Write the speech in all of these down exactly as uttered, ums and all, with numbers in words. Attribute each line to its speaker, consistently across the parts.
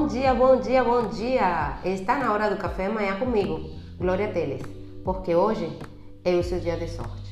Speaker 1: Bom dia, bom dia, bom dia! Está na hora do café amanhã comigo, Glória Teles, porque hoje é o seu dia de sorte.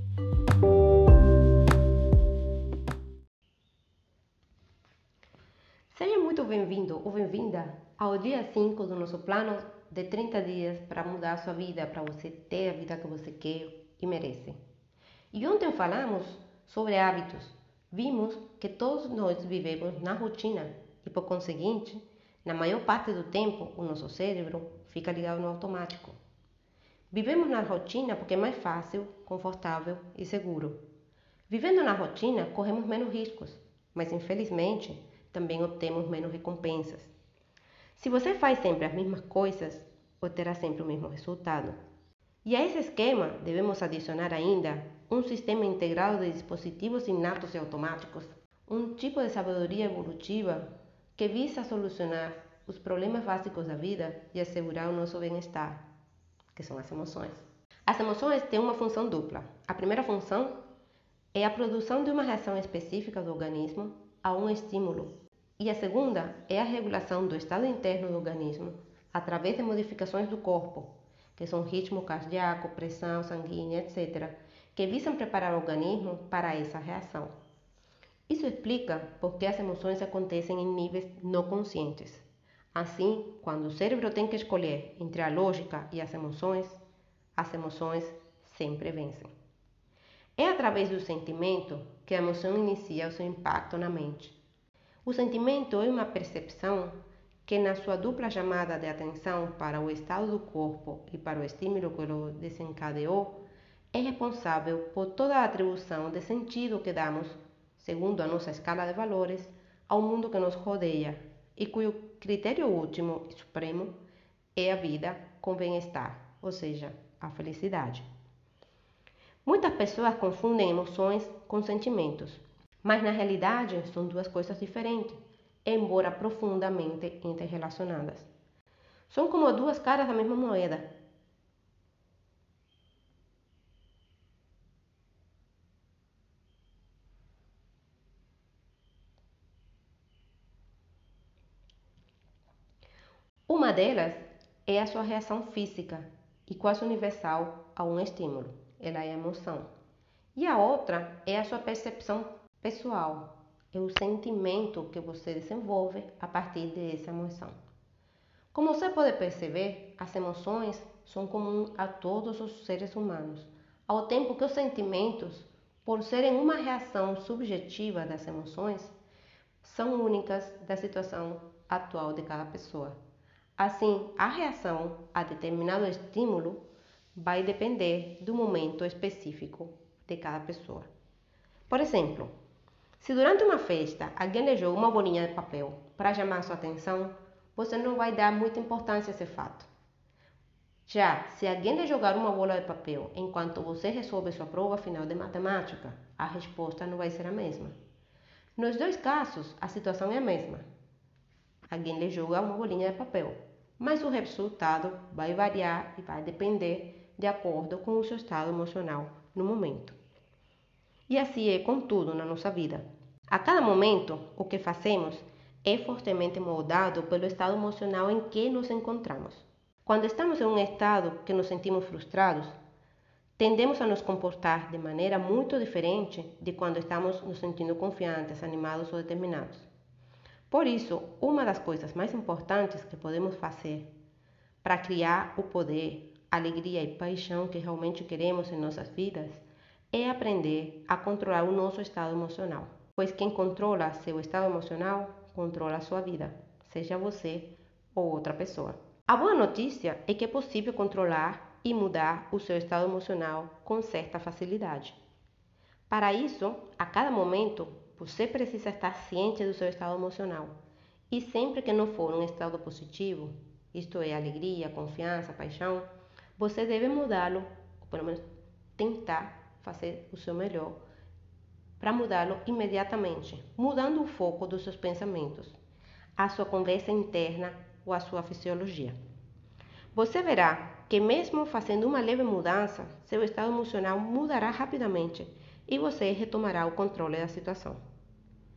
Speaker 1: Seja muito bem-vindo ou bem-vinda ao dia cinco do nosso plano de trinta dias para mudar a sua vida, para você ter a vida que você quer e merece. E ontem falamos sobre hábitos. Vimos que todos nós vivemos na rotina e, por conseguinte, na maior parte do tempo, o nosso cérebro fica ligado no automático. Vivemos na rotina porque é mais fácil, confortável e seguro. Vivendo na rotina, corremos menos riscos, mas infelizmente também obtemos menos recompensas. Se você faz sempre as mesmas coisas, obterá sempre o mesmo resultado. E a esse esquema devemos adicionar ainda um sistema integrado de dispositivos inatos e automáticos, um tipo de sabedoria evolutiva que visa solucionar os problemas básicos da vida e assegurar o nosso bem-estar, que são as emoções. As emoções têm uma função dupla. A primeira função é a produção de uma reação específica do organismo a um estímulo, e a segunda é a regulação do estado interno do organismo através de modificações do corpo, que são ritmo cardíaco, pressão sanguínea, etcétera, que visam preparar o organismo para essa reação. Isso explica por que as emoções acontecem em níveis não conscientes. Assim, quando o cérebro tem que escolher entre a lógica e as emoções, as emoções sempre vencem. É através do sentimento que a emoção inicia o seu impacto na mente. O sentimento é uma percepção que, na sua dupla chamada de atenção para o estado do corpo e para o estímulo que o desencadeou, é responsável por toda a atribuição de sentido que damos, segundo a nossa escala de valores, ao mundo que nos rodeia e cujo critério último e supremo é a vida com bem-estar, ou seja, a felicidade. Muitas pessoas confundem emoções com sentimentos, mas na realidade são duas coisas diferentes, embora profundamente interrelacionadas. São como duas caras da mesma moeda. Uma delas é a sua reação física e quase universal a um estímulo, ela é a emoção. E a outra é a sua percepção pessoal, é o sentimento que você desenvolve a partir dessa emoção. Como você pode perceber, as emoções são comuns a todos os seres humanos, ao tempo que os sentimentos, por serem uma reação subjetiva das emoções, são únicas da situação atual de cada pessoa. Assim, a reação a determinado estímulo vai depender do momento específico de cada pessoa. Por exemplo, se durante uma festa alguém lhe joga uma bolinha de papel para chamar sua atenção, você não vai dar muita importância a esse fato. Já se alguém lhe jogar uma bola de papel enquanto você resolve sua prova final de matemática, a resposta não vai ser a mesma. Nos dois casos, a situação é a mesma. Alguém lhe joga uma bolinha de papel, mas o resultado vai variar e vai depender de acordo com o seu estado emocional no momento. E assim é com tudo na nossa vida. A cada momento, o que fazemos é fortemente moldado pelo estado emocional em que nos encontramos. Quando estamos em um estado que nos sentimos frustrados, tendemos a nos comportar de maneira muito diferente de quando estamos nos sentindo confiantes, animados ou determinados. Por isso, uma das coisas mais importantes que podemos fazer para criar o poder, alegria e paixão que realmente queremos em nossas vidas é aprender a controlar o nosso estado emocional. Pois quem controla seu estado emocional, controla a sua vida, seja você ou outra pessoa. A boa notícia é que é possível controlar e mudar o seu estado emocional com certa facilidade. Para isso, a cada momento, você precisa estar ciente do seu estado emocional. E sempre que não for um estado positivo, isto é, alegria, confiança, paixão, você deve mudá-lo, ou pelo menos tentar fazer o seu melhor para mudá-lo imediatamente, mudando o foco dos seus pensamentos, a sua conversa interna ou a sua fisiologia. Você verá que mesmo fazendo uma leve mudança, seu estado emocional mudará rapidamente e você retomará o controle da situação.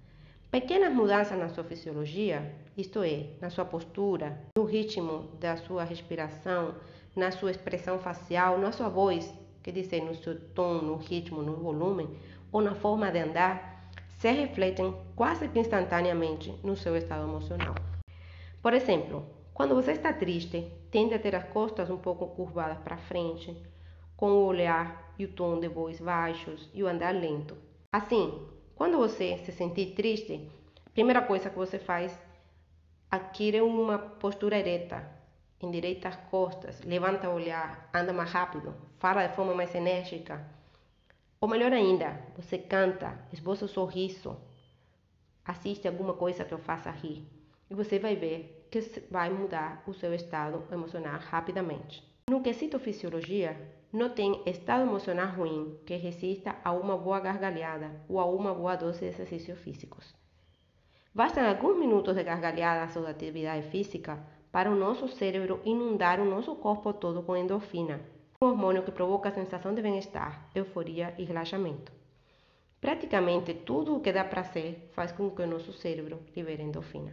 Speaker 1: Pequenas mudanças na sua fisiologia, isto é, na sua postura, no ritmo da sua respiração, na sua expressão facial, na sua voz, quer dizer, no seu tom, no ritmo, no volume ou na forma de andar, se refletem quase que instantaneamente no seu estado emocional. Por exemplo, quando você está triste, tende a ter as costas um pouco curvadas para frente, com o olhar e o tom de voz baixos e o andar lento. Assim, quando você se sentir triste, a primeira coisa que você faz, adquire uma postura ereta, endireita as costas, levanta o olhar, anda mais rápido, fala de forma mais enérgica. Ou melhor ainda, você canta, esboça o sorriso, assiste alguma coisa que o faça rir. E você vai ver que vai mudar o seu estado emocional rapidamente. No quesito fisiologia, não tem estado emocional ruim que resista a uma boa gargalhada ou a uma boa dose de exercícios físicos. Bastam alguns minutos de gargalhadas ou de atividade física para o nosso cérebro inundar o nosso corpo todo com endorfina, um hormônio que provoca a sensação de bem-estar, euforia e relaxamento. Praticamente tudo o que dá prazer faz com que o nosso cérebro libere endorfina.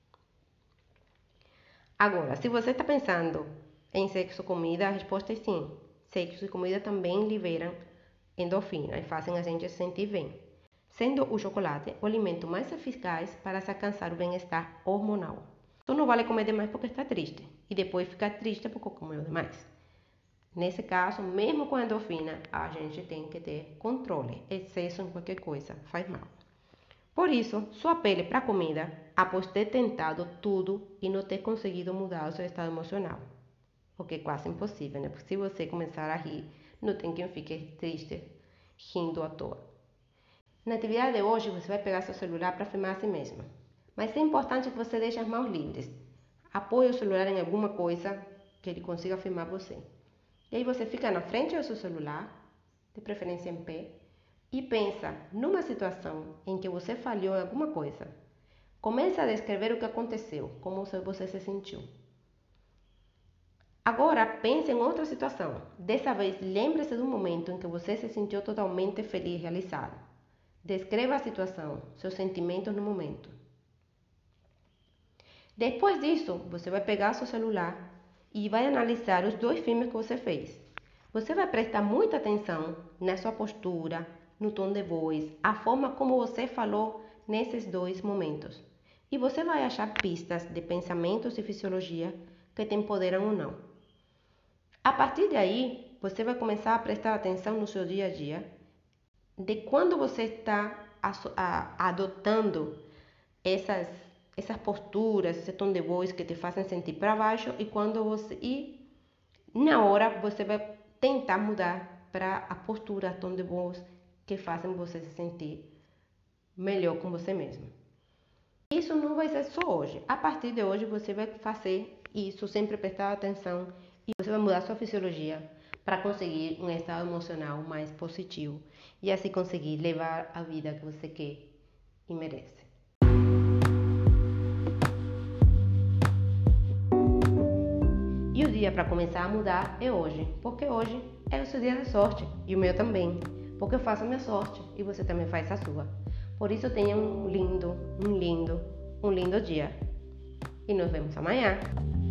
Speaker 1: Agora, se você está pensando em sexo e comida, a resposta é sim. Sexo e comida também liberam endorfina e fazem a gente se sentir bem, sendo o chocolate o alimento mais eficaz para se alcançar o bem-estar hormonal. Só não vale comer demais porque está triste e depois ficar triste porque comeu demais. Nesse caso, mesmo com a endorfina, a gente tem que ter controle. Excesso em qualquer coisa faz mal. Por isso, sua apelo para a comida, após ter tentado tudo e não ter conseguido mudar o seu estado emocional. O que é quase impossível, né? Porque se você começar a rir, não tem quem fique triste, rindo à toa. Na atividade de hoje, você vai pegar seu celular para filmar a si mesma. Mas é importante que você deixe as mãos livres. Apoie o celular em alguma coisa que ele consiga filmar você. E aí você fica na frente do seu celular, de preferência em pé, e pensa numa situação em que você falhou em alguma coisa. Comece a descrever o que aconteceu, como você se sentiu. Agora pense em outra situação. Dessa vez, lembre-se do momento em que você se sentiu totalmente feliz e realizado. Descreva a situação, seus sentimentos no momento. Depois disso, você vai pegar seu celular e vai analisar os dois filmes que você fez. Você vai prestar muita atenção na sua postura, no tom de voz, a forma como você falou nesses dois momentos. E você vai achar pistas de pensamentos e fisiologia que te empoderam ou não. A partir daí, você vai começar a prestar atenção no seu dia a dia, de quando você está adotando essas, essas posturas, esse tom de voz que te fazem sentir para baixo e quando você e na hora você vai tentar mudar para a postura, tom de voz que fazem você se sentir melhor com você mesmo. Isso não vai ser só hoje. A partir de hoje você vai fazer isso, sempre prestar atenção e você vai mudar sua fisiologia para conseguir um estado emocional mais positivo e assim conseguir levar a vida que você quer e merece. E o dia para começar a mudar é hoje, porque hoje é o seu dia da sorte e o meu também, porque eu faço a minha sorte e você também faz a sua. Por isso tenha um lindo, um lindo, um lindo dia. E nos vemos amanhã.